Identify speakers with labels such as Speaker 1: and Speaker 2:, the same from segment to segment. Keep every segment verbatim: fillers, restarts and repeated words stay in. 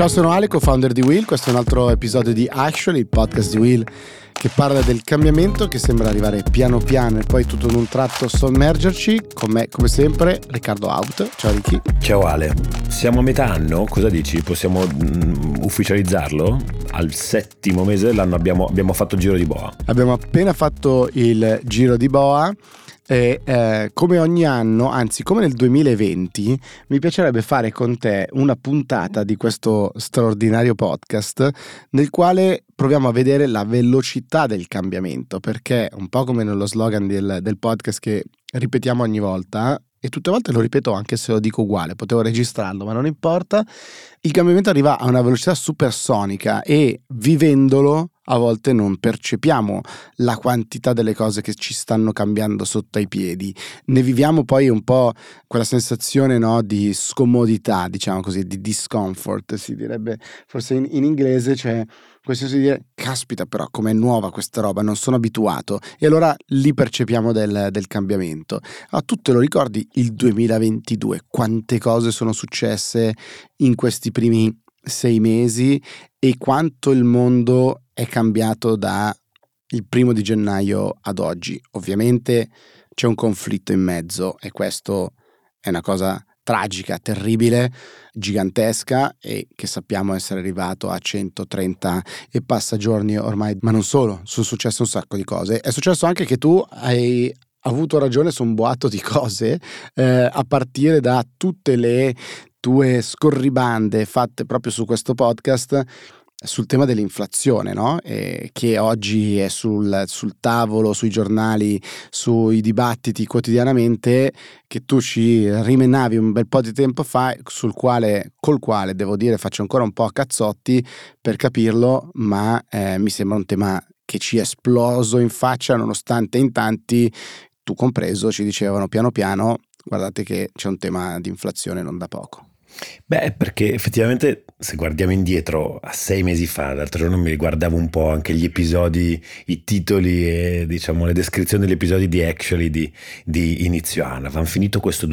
Speaker 1: Ciao, sono Ale, co-founder di Will. Questo è un altro episodio di Actually, il podcast di Will che parla del cambiamento che sembra arrivare piano piano e poi tutto in un tratto sommergerci. Con me, come sempre, Riccardo Out. Ciao Ricky.
Speaker 2: Ciao Ale. Siamo a metà anno, cosa dici? Possiamo mm, ufficializzarlo? Al settimo mese dell'anno abbiamo, abbiamo fatto il giro di boa.
Speaker 1: Abbiamo appena fatto il giro di boa. E eh, come ogni anno, anzi come nel duemilaventi, mi piacerebbe fare con te una puntata di questo straordinario podcast nel quale proviamo a vedere la velocità del cambiamento, perché un po' come nello slogan del, del podcast che ripetiamo ogni volta, e tutte le volte lo ripeto anche se lo dico uguale, potevo registrarlo ma non importa, il cambiamento arriva a una velocità supersonica e vivendolo a volte non percepiamo la quantità delle cose che ci stanno cambiando sotto ai piedi. Ne viviamo poi un po' quella sensazione, no, di scomodità, diciamo così, di discomfort, si direbbe forse in, in inglese, cioè questo senso di dire, caspita però com'è nuova questa roba, non sono abituato, e allora lì percepiamo del, del cambiamento. Ah, tu te lo ricordi il duemilaventidue, quante cose sono successe in questi primi sei mesi e quanto il mondo è cambiato da il primo di gennaio ad oggi. Ovviamente c'è un conflitto in mezzo e questo è una cosa tragica, terribile, gigantesca e che sappiamo essere arrivato a centotrenta e passa giorni ormai, ma non solo, sono successe un sacco di cose. È successo anche che tu hai avuto ragione su un boato di cose, eh, a partire da tutte le tue scorribande fatte proprio su questo podcast sul tema dell'inflazione, no? E che oggi è sul, sul tavolo, sui giornali, sui dibattiti quotidianamente, che tu ci rimenavi un bel po' di tempo fa, sul quale, col quale devo dire faccio ancora un po' a cazzotti per capirlo, ma eh, mi sembra un tema che ci è esploso in faccia, nonostante in tanti, tu compreso, ci dicevano piano piano guardate che c'è un tema di inflazione non da poco.
Speaker 2: Beh, perché effettivamente se guardiamo indietro a sei mesi fa, l'altro giorno mi riguardavo un po' anche gli episodi, i titoli e diciamo le descrizioni degli episodi di Actually di, di inizio anno. Avevamo finito questo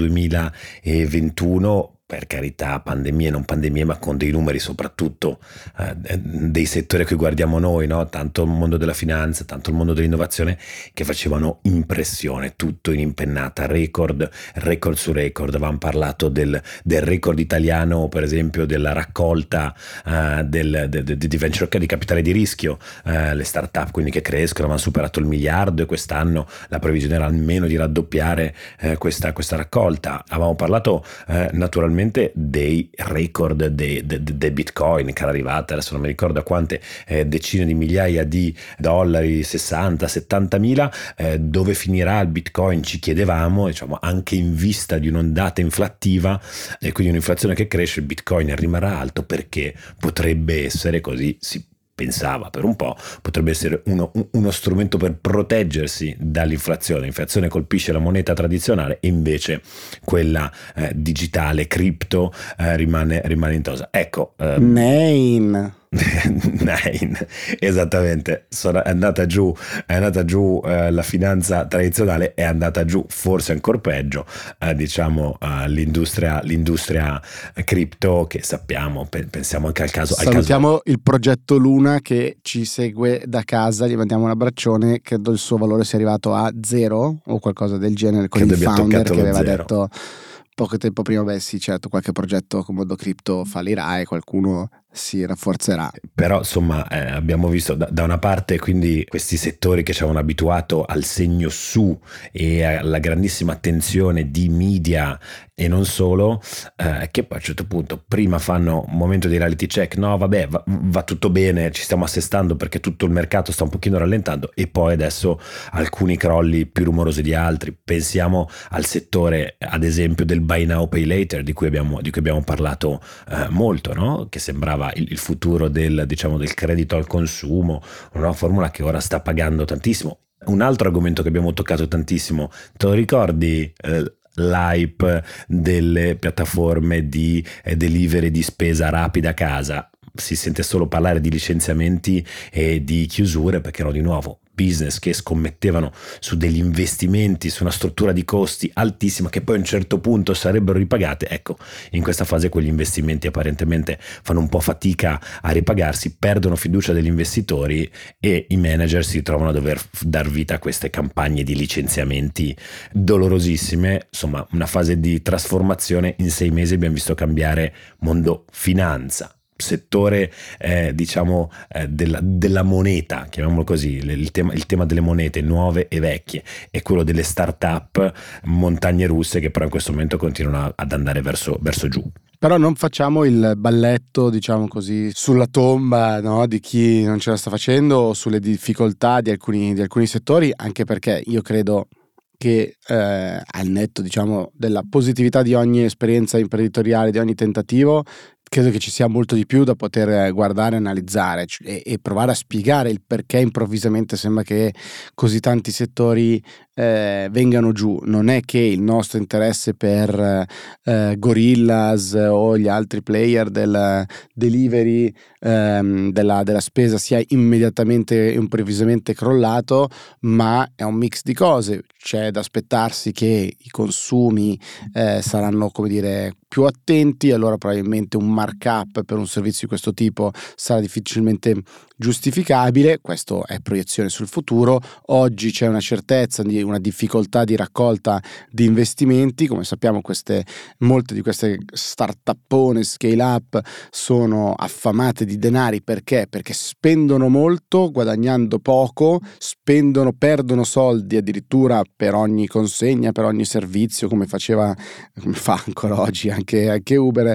Speaker 2: duemilaventuno, per carità, pandemie, non pandemie, ma con dei numeri soprattutto eh, dei settori a cui guardiamo noi, no? Tanto il mondo della finanza, tanto il mondo dell'innovazione, che facevano impressione, tutto in impennata, record, record su record. Avevamo parlato del, del record italiano, per esempio, della raccolta eh, del, de, de, di venture di capitale di rischio, eh, le start-up quindi che crescono, avevamo superato il miliardo e quest'anno la previsione era almeno di raddoppiare eh, questa, questa raccolta. Avevamo parlato eh, naturalmente dei record dei, dei, dei bitcoin che era arrivata, adesso non mi ricordo a quante eh, decine di migliaia di dollari, sessanta settanta mila, eh, dove finirà il bitcoin ci chiedevamo, diciamo anche in vista di un'ondata inflattiva e quindi un'inflazione che cresce, il bitcoin rimarrà alto perché potrebbe essere, così si pensava per un po', potrebbe essere uno, uno strumento per proteggersi dall'inflazione. L'inflazione colpisce la moneta tradizionale e invece quella eh, digitale, cripto, eh, rimane, rimane in tosa. Ecco.
Speaker 1: Ehm... Nine.
Speaker 2: Nine, esattamente, sono, è andata giù, è andata giù eh, la finanza tradizionale, è andata giù forse ancora peggio eh, diciamo eh, l'industria, l'industria cripto, che sappiamo, pe- pensiamo anche al caso.
Speaker 1: Salutiamo
Speaker 2: al caso...
Speaker 1: il progetto Luna che ci segue da casa, gli mandiamo un abbraccione, credo il suo valore sia arrivato a zero o qualcosa del genere, con credo il founder che aveva zero. detto poco tempo prima, beh sì certo, qualche progetto come Mondo Crypto fallirà e qualcuno si rafforzerà.
Speaker 2: Però insomma eh, abbiamo visto da, da una parte quindi questi settori che ci avevano abituato al segno su e alla grandissima attenzione di media e non solo, eh, che poi a un certo punto prima fanno un momento di reality check, no vabbè va, va tutto bene, ci stiamo assestando perché tutto il mercato sta un pochino rallentando, e poi adesso alcuni crolli più rumorosi di altri. Pensiamo al settore ad esempio del buy now pay later di cui abbiamo, di cui abbiamo parlato eh, molto, no? Che sembrava il, il futuro del, diciamo, del credito al consumo, una formula che ora sta pagando tantissimo. Un altro argomento che abbiamo toccato tantissimo, te lo ricordi? Eh, l'hype delle piattaforme di eh, delivery di spesa rapida a casa. Si sente solo parlare di licenziamenti e di chiusure perché no, di nuovo business che scommettevano su degli investimenti, su una struttura di costi altissima che poi a un certo punto sarebbero ripagate. Ecco, in questa fase quegli investimenti apparentemente fanno un po' fatica a ripagarsi, perdono fiducia degli investitori e i manager si trovano a dover dar vita a queste campagne di licenziamenti dolorosissime. Insomma, una fase di trasformazione. In sei mesi abbiamo visto cambiare mondo finanza, settore eh, diciamo eh, della, della moneta, chiamiamolo così, il tema, il tema delle monete nuove e vecchie, e quello delle start-up montagne russe che però in questo momento continuano ad andare verso, verso giù.
Speaker 1: Però non facciamo il balletto, diciamo così, sulla tomba, no, di chi non ce la sta facendo, o sulle difficoltà di alcuni, di alcuni settori, anche perché io credo che eh, al netto, diciamo, della positività di ogni esperienza imprenditoriale, di ogni tentativo, credo che ci sia molto di più da poter guardare, analizzare e, e provare a spiegare il perché improvvisamente sembra che così tanti settori eh, vengano giù. Non è che il nostro interesse per eh, Gorillaz o gli altri player del delivery ehm, della, della spesa sia immediatamente e improvvisamente crollato, ma è un mix di cose. C'è da aspettarsi che i consumi eh, saranno, come dire, più attenti, allora probabilmente un markup per un servizio di questo tipo sarà difficilmente giustificabile. Questo è proiezione sul futuro. Oggi c'è una certezza di una difficoltà di raccolta di investimenti. Come sappiamo, queste molte di queste startupone scale up sono affamate di denari. Perché? Perché spendono molto guadagnando poco, spendono, perdono soldi addirittura per ogni consegna, per ogni servizio, come faceva, come fa ancora oggi anche, anche Uber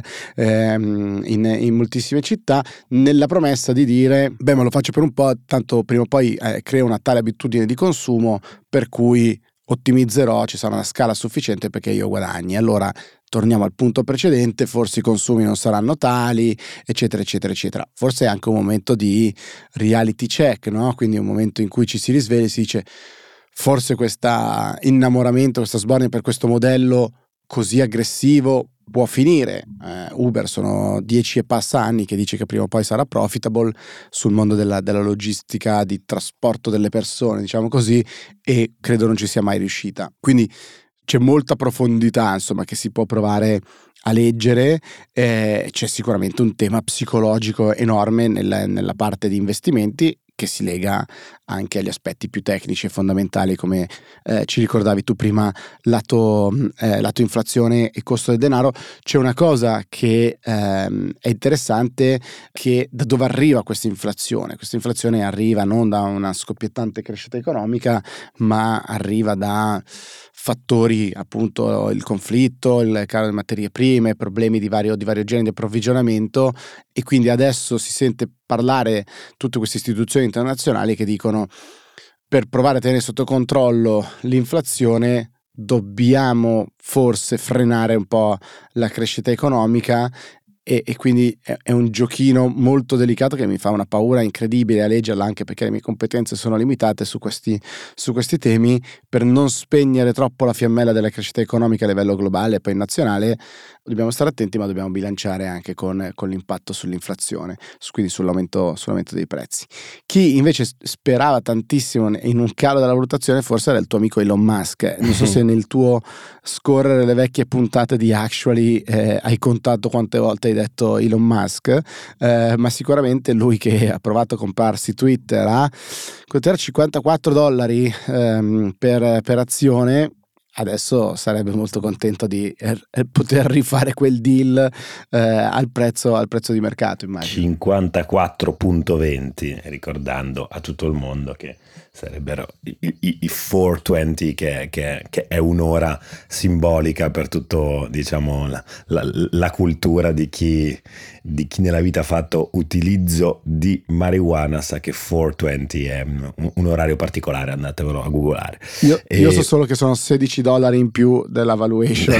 Speaker 1: ehm, in, in moltissime città, nella promessa di dire beh, ma lo faccio per un po', tanto prima o poi eh, creo una tale abitudine di consumo per cui ottimizzerò, ci sarà una scala sufficiente perché io guadagni. Allora torniamo al punto precedente, forse i consumi non saranno tali, eccetera eccetera eccetera. Forse è anche un momento di reality check, no? Quindi un momento in cui ci si risveglia e si dice forse questo innamoramento, questa sbornia per questo modello così aggressivo può finire. eh, Uber sono dieci e passa anni che dice che prima o poi sarà profitable sul mondo della, della logistica di trasporto delle persone, diciamo così, e credo non ci sia mai riuscita. Quindi c'è molta profondità, insomma, che si può provare a leggere. eh, c'è sicuramente un tema psicologico enorme nella, nella parte di investimenti, che si lega anche agli aspetti più tecnici e fondamentali, come eh, ci ricordavi tu prima, lato, eh, lato inflazione e costo del denaro. C'è una cosa che ehm, è interessante, che da dove arriva questa inflazione? Questa inflazione arriva non da una scoppiettante crescita economica, ma arriva da fattori, appunto il conflitto, il caro delle materie prime, problemi di vario, di vario genere di approvvigionamento, e quindi adesso si sente parlare tutte queste istituzioni internazionali che dicono per provare a tenere sotto controllo l'inflazione dobbiamo forse frenare un po' la crescita economica. E, e quindi è, è un giochino molto delicato che mi fa una paura incredibile a leggerla, anche perché le mie competenze sono limitate su questi, su questi temi, per non spegnere troppo la fiammella della crescita economica a livello globale e poi nazionale. Dobbiamo stare attenti, ma dobbiamo bilanciare anche con, con l'impatto sull'inflazione, quindi sull'aumento, sull'aumento dei prezzi. Chi invece sperava tantissimo in un calo della valutazione forse era il tuo amico Elon Musk. Non so se nel tuo scorrere le vecchie puntate di Actually eh, hai contato quante volte hai detto Elon Musk, eh, ma sicuramente lui, che ha provato a comprarsi Twitter a cinquantaquattro dollari ehm, per, per azione, adesso sarebbe molto contento di eh, poter rifare quel deal eh, al prezzo, al prezzo di mercato, immagino.
Speaker 2: cinquantaquattro virgola venti, ricordando a tutto il mondo che sarebbero i, i, i quattrocentoventi, che, che, che è un'ora simbolica per tutto, diciamo, la, la, la cultura di chi, di chi nella vita ha fatto utilizzo di marijuana. Sa che quattrocentoventi è un, un orario particolare, andatevelo a googolare.
Speaker 1: Io,
Speaker 2: e...
Speaker 1: io so solo che sono sedici dollari in più della valuation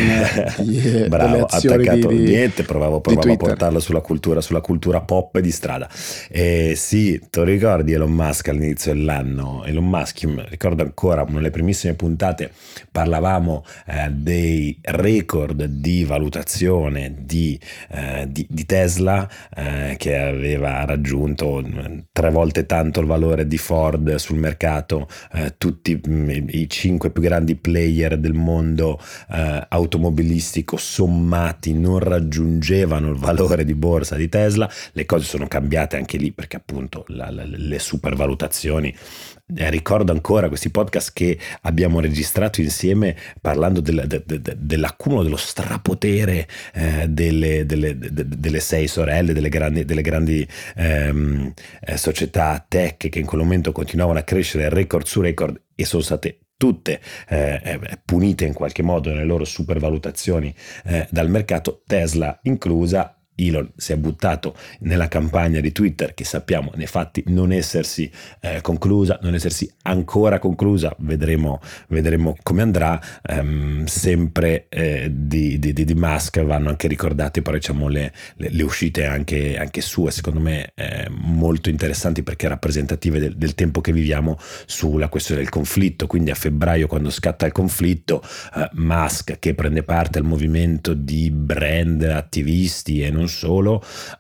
Speaker 1: di,
Speaker 2: bravo,
Speaker 1: delle azioni
Speaker 2: attaccato
Speaker 1: di, di,
Speaker 2: niente, provavo, provavo a portarlo sulla cultura, sulla cultura pop di strada. E sì, tu ricordi Elon Musk all'inizio dell'anno? Elon, Elon Musk. Io ricordo ancora una delle primissime puntate, parlavamo eh, dei record di valutazione di, eh, di, di Tesla, eh, che aveva raggiunto tre volte tanto il valore di Ford sul mercato. Eh, tutti mh, i cinque più grandi player del mondo eh, automobilistico sommati non raggiungevano il valore di borsa di Tesla. Le cose sono cambiate anche lì, perché appunto la, la, le supervalutazioni, eh, ricordo ancora questi podcast che abbiamo registrato insieme parlando del, de, de, de, dell'accumulo dello strapotere eh, delle, delle, de, delle sei sorelle, delle grandi, delle grandi ehm, eh, società tech che in quel momento continuavano a crescere record su record e sono state tutte eh, punite in qualche modo nelle loro supervalutazioni eh, dal mercato, Tesla inclusa. Elon si è buttato nella campagna di Twitter, che sappiamo nei fatti non essersi eh, conclusa, non essersi ancora conclusa, vedremo, vedremo come andrà. Um, sempre eh, di, di, di Musk vanno anche ricordate però diciamo le, le, le uscite anche, anche sue, secondo me eh, molto interessanti, perché rappresentative del, del tempo che viviamo sulla questione del conflitto. Quindi a febbraio, quando scatta il conflitto, eh, Musk, che prende parte al movimento di brand attivisti e non solo,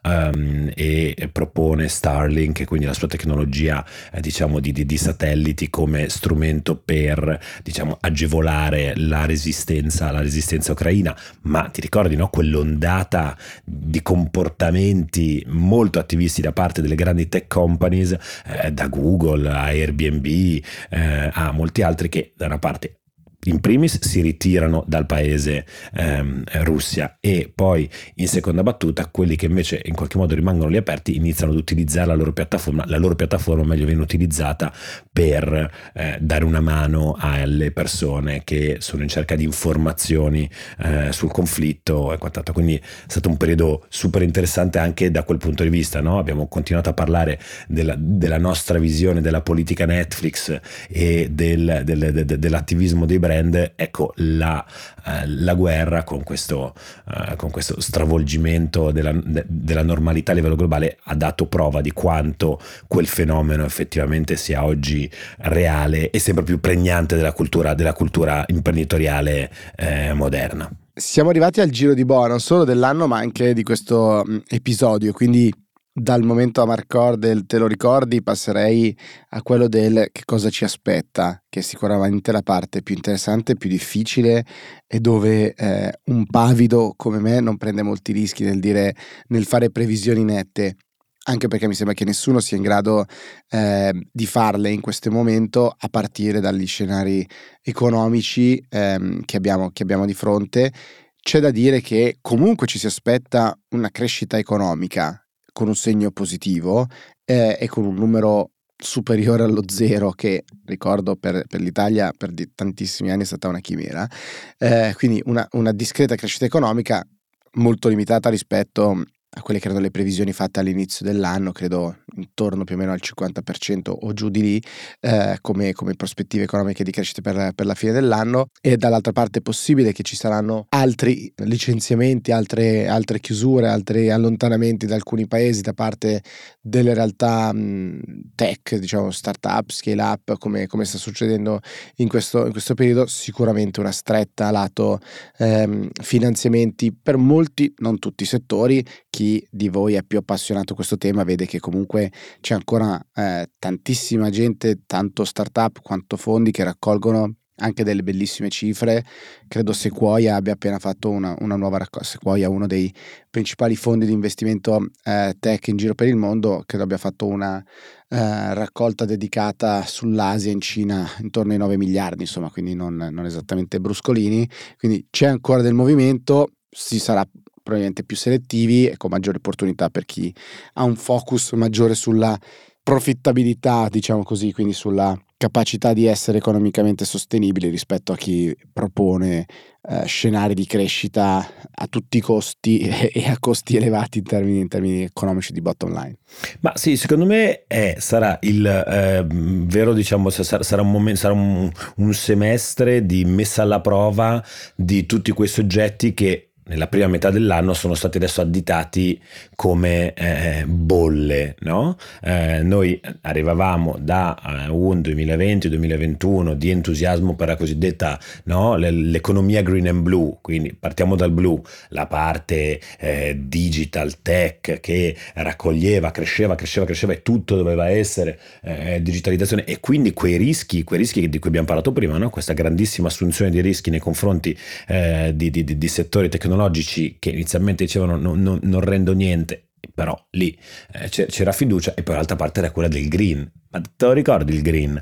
Speaker 2: um, e propone Starlink, quindi la sua tecnologia eh, diciamo di, di, di satelliti, come strumento per diciamo agevolare la resistenza la resistenza ucraina. Ma ti ricordi, no, quell'ondata di comportamenti molto attivisti da parte delle grandi tech companies, eh, da Google a Airbnb eh, a molti altri, che da una parte in primis si ritirano dal paese ehm, Russia, e poi in seconda battuta quelli che invece in qualche modo rimangono lì aperti iniziano ad utilizzare la loro piattaforma, la loro piattaforma meglio viene utilizzata per eh, dare una mano alle persone che sono in cerca di informazioni eh, sul conflitto e quant'altro. Quindi è stato un periodo super interessante anche da quel punto di vista, no? Abbiamo continuato a parlare della, della nostra visione della politica Netflix e del, del, del, dell'attivismo dei brand. Ecco, la, eh, la guerra con questo, eh, con questo stravolgimento della, de, della normalità a livello globale ha dato prova di quanto quel fenomeno effettivamente sia oggi reale e sempre più pregnante della cultura, della cultura imprenditoriale eh, moderna.
Speaker 1: Siamo arrivati al giro di boa non solo dell'anno ma anche di questo mh, episodio, quindi dal momento Amarcord del te lo ricordi passerei a quello del che cosa ci aspetta, che è sicuramente la parte più interessante, più difficile, e dove eh, un pavido come me non prende molti rischi nel dire, nel fare previsioni nette, anche perché mi sembra che nessuno sia in grado eh, di farle in questo momento, a partire dagli scenari economici ehm, che abbiamo, che abbiamo di fronte. C'è da dire che comunque ci si aspetta una crescita economica con un segno positivo eh, e con un numero superiore allo zero, che ricordo per, per l'Italia per di tantissimi anni è stata una chimera, eh, quindi una, una discreta crescita economica molto limitata rispetto a quelle che erano le previsioni fatte all'inizio dell'anno, credo intorno più o meno al cinquanta per cento o giù di lì, eh, come, come prospettive economiche di crescita per, per la fine dell'anno. E dall'altra parte è possibile che ci saranno altri licenziamenti, altre, altre chiusure, altri allontanamenti da alcuni paesi da parte delle realtà mh, tech, diciamo start-up, scale-up, come, come sta succedendo in questo, in questo periodo. Sicuramente una stretta lato ehm, finanziamenti per molti, non tutti i settori. Chi di voi è più appassionato a questo tema vede che comunque c'è ancora eh, tantissima gente, tanto startup quanto fondi che raccolgono anche delle bellissime cifre. Credo Sequoia abbia appena fatto una, una nuova raccolta. Sequoia, uno dei principali fondi di investimento eh, tech in giro per il mondo, credo abbia fatto una eh, raccolta dedicata sull'Asia, in Cina, intorno ai nove miliardi, insomma, quindi non, non esattamente bruscolini. Quindi c'è ancora del movimento, si sarà probabilmente più selettivi e con maggiori opportunità per chi ha un focus maggiore sulla profittabilità, diciamo così, quindi sulla capacità di essere economicamente sostenibili, rispetto a chi propone eh, scenari di crescita a tutti i costi e, e a costi elevati in termini, in termini economici di bottom line.
Speaker 2: Ma sì, secondo me è, sarà il eh, vero, diciamo, sarà, sarà un momento, sarà un, un semestre di messa alla prova di tutti quei soggetti che nella prima metà dell'anno sono stati adesso additati come eh, bolle, no? Eh, noi arrivavamo da eh, un duemilaventi duemilaventuno di entusiasmo per la cosiddetta, no? l'economia green and blue, quindi partiamo dal blu, la parte eh, digital tech che raccoglieva, cresceva, cresceva, cresceva e tutto doveva essere eh, digitalizzazione, e quindi quei rischi, quei rischi di cui abbiamo parlato prima, no? Questa grandissima assunzione di rischi nei confronti eh, di, di, di settori tecnologici che inizialmente dicevano no, no, non rendo niente, però lì eh, c'era fiducia, e poi l'altra parte era quella del green. Ma te lo ricordi il green?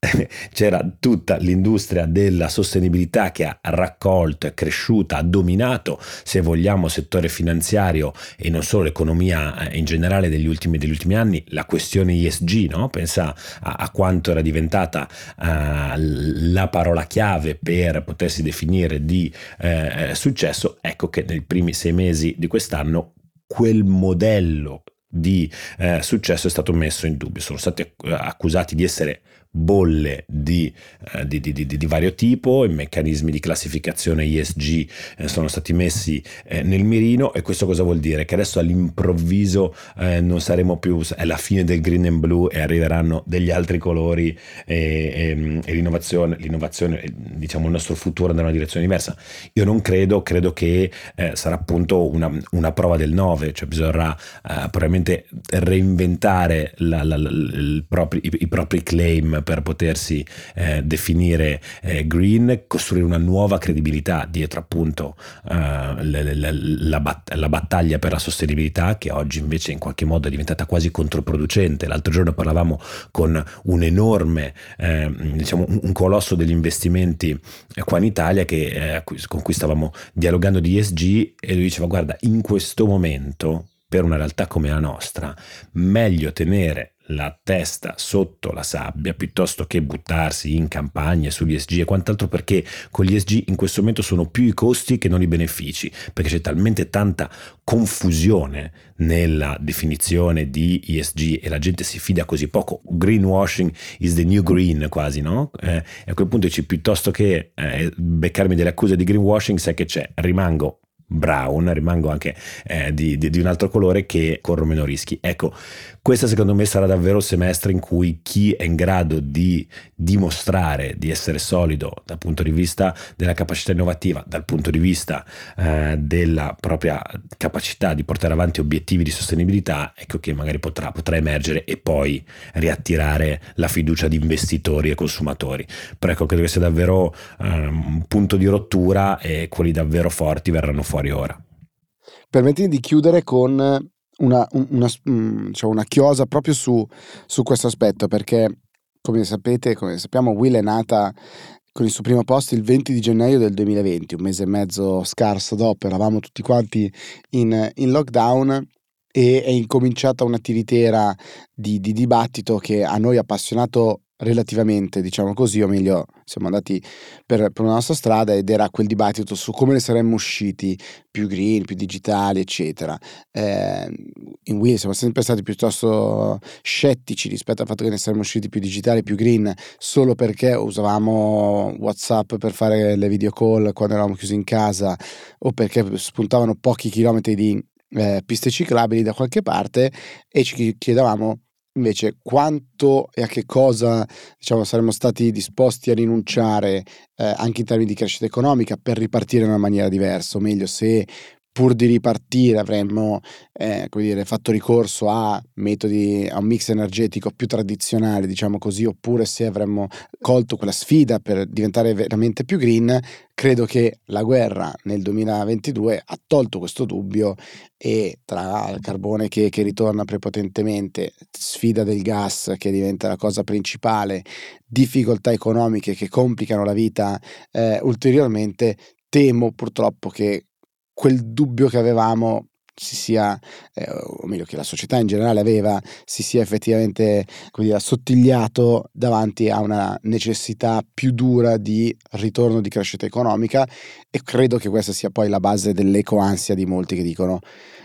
Speaker 2: C'era tutta l'industria della sostenibilità che ha raccolto, è cresciuta, ha dominato, se vogliamo, il settore finanziario e non solo l'economia in generale degli ultimi, degli ultimi anni, la questione E S G, no? Pensa a, a quanto era diventata uh, la parola chiave per potersi definire di eh, successo. Ecco che nei primi sei mesi di quest'anno quel modello di eh, successo è stato messo in dubbio, sono stati accusati di essere bolle di, eh, di, di, di, di vario tipo, i meccanismi di classificazione E S G eh, sono stati messi eh, nel mirino. E questo cosa vuol dire? Che adesso all'improvviso eh, non saremo più, è la fine del green and blue e arriveranno degli altri colori e, e, e l'innovazione, l'innovazione, diciamo il nostro futuro andrà in una direzione diversa. Io non credo, credo che eh, sarà appunto una, una prova del nove, cioè bisognerà eh, probabilmente reinventare la, la, la, il propri, i, i propri claim per potersi eh, definire eh, green, costruire una nuova credibilità dietro appunto eh, la, la, la, bat- la battaglia per la sostenibilità, che oggi invece in qualche modo è diventata quasi controproducente. L'altro giorno parlavamo con un enorme eh, diciamo un, un colosso degli investimenti qua in Italia che, eh, con cui stavamo dialogando di E S G, e lui diceva: guarda, in questo momento per una realtà come la nostra meglio tenere la testa sotto la sabbia piuttosto che buttarsi in campagne sugli E S G e quant'altro, perché con gli E S G in questo momento sono più i costi che non i benefici, perché c'è talmente tanta confusione nella definizione di E S G e la gente si fida così poco. Greenwashing is the new green, quasi, no? Eh, e a quel punto dici, piuttosto che eh, beccarmi delle accuse di greenwashing, sai che c'è, rimango brown, rimango anche eh, di, di, di un altro colore, che corro meno rischi. Ecco, questo secondo me sarà davvero il semestre in cui chi è in grado di dimostrare di essere solido dal punto di vista della capacità innovativa, dal punto di vista eh, della propria capacità di portare avanti obiettivi di sostenibilità, ecco che magari potrà, potrà emergere e poi riattirare la fiducia di investitori e consumatori. Però ecco, credo che sia davvero eh, un punto di rottura, e quelli davvero forti verranno fuori ora.
Speaker 1: Permettimi di chiudere con una, una, diciamo una chiosa proprio su, su questo aspetto, perché come sapete, come sappiamo, Will è nata con il suo primo post il venti di gennaio del duemilaventi, un mese e mezzo scarso dopo, eravamo tutti quanti in, in lockdown, e è incominciata una tiritera di, di dibattito che a noi ha appassionato relativamente, diciamo così, o meglio siamo andati per, per una nostra strada, ed era quel dibattito su come ne saremmo usciti più green, più digitali, eccetera. Eh, in Will siamo sempre stati piuttosto scettici rispetto al fatto che ne saremmo usciti più digitali, più green, solo perché usavamo WhatsApp per fare le video call quando eravamo chiusi in casa, o perché spuntavano pochi chilometri di eh, piste ciclabili da qualche parte, e ci chiedevamo invece quanto e a che cosa, diciamo, saremmo stati disposti a rinunciare eh, anche in termini di crescita economica per ripartire in una maniera diversa, o meglio, se pur di ripartire avremmo eh, come dire, fatto ricorso a metodi, a un mix energetico più tradizionale, diciamo così, oppure se avremmo colto quella sfida per diventare veramente più green. Credo che la guerra nel duemilaventidue ha tolto questo dubbio, e tra il carbone che, che ritorna prepotentemente, sfida del gas che diventa la cosa principale, difficoltà economiche che complicano la vita eh, ulteriormente, temo purtroppo che quel dubbio che avevamo si sia, eh, o meglio che la società in generale aveva, si sia effettivamente, come dire, assottigliato davanti a una necessità più dura di ritorno di crescita economica. E credo che questa sia poi la base dell'ecoansia di molti che dicono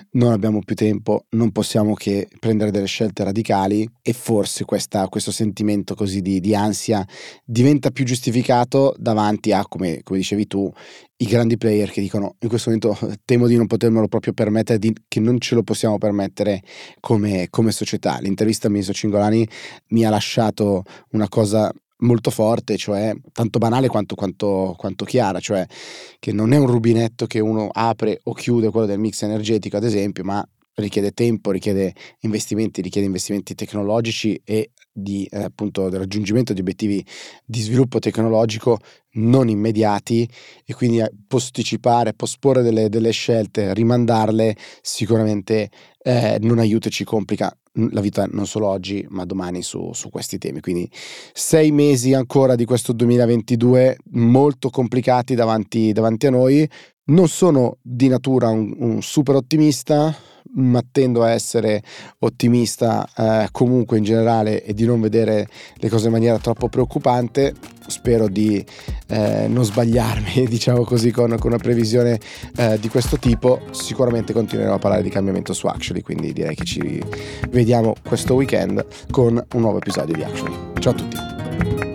Speaker 1: non abbiamo più tempo, non possiamo che prendere delle scelte radicali, e forse questa, questo sentimento così di, di ansia diventa più giustificato davanti a, come, come dicevi tu, i grandi player che dicono in questo momento temo di non potermelo proprio permettere, di, che non ce lo possiamo permettere come, come società. L'intervista a Ministro Cingolani mi ha lasciato una cosa molto forte, cioè tanto banale quanto, quanto, quanto chiara, cioè che non è un rubinetto che uno apre o chiude, quello del mix energetico ad esempio, ma richiede tempo, richiede investimenti, richiede investimenti tecnologici e di eh, appunto del raggiungimento di obiettivi di sviluppo tecnologico non immediati, e quindi eh, posticipare, posporre delle, delle scelte, rimandarle sicuramente eh, non aiuta e ci complica la vita non solo oggi ma domani su, su questi temi. Quindi sei mesi ancora di questo duemilaventidue molto complicati davanti, davanti a noi. Non sono di natura un, un super ottimista, ma tendo a essere ottimista eh, comunque in generale, e di non vedere le cose in maniera troppo preoccupante. Spero di eh, non sbagliarmi, diciamo così, con, con una previsione eh, di questo tipo. Sicuramente continueremo a parlare di cambiamento su Actually, quindi direi che ci vediamo questo weekend con un nuovo episodio di Actually. Ciao a tutti.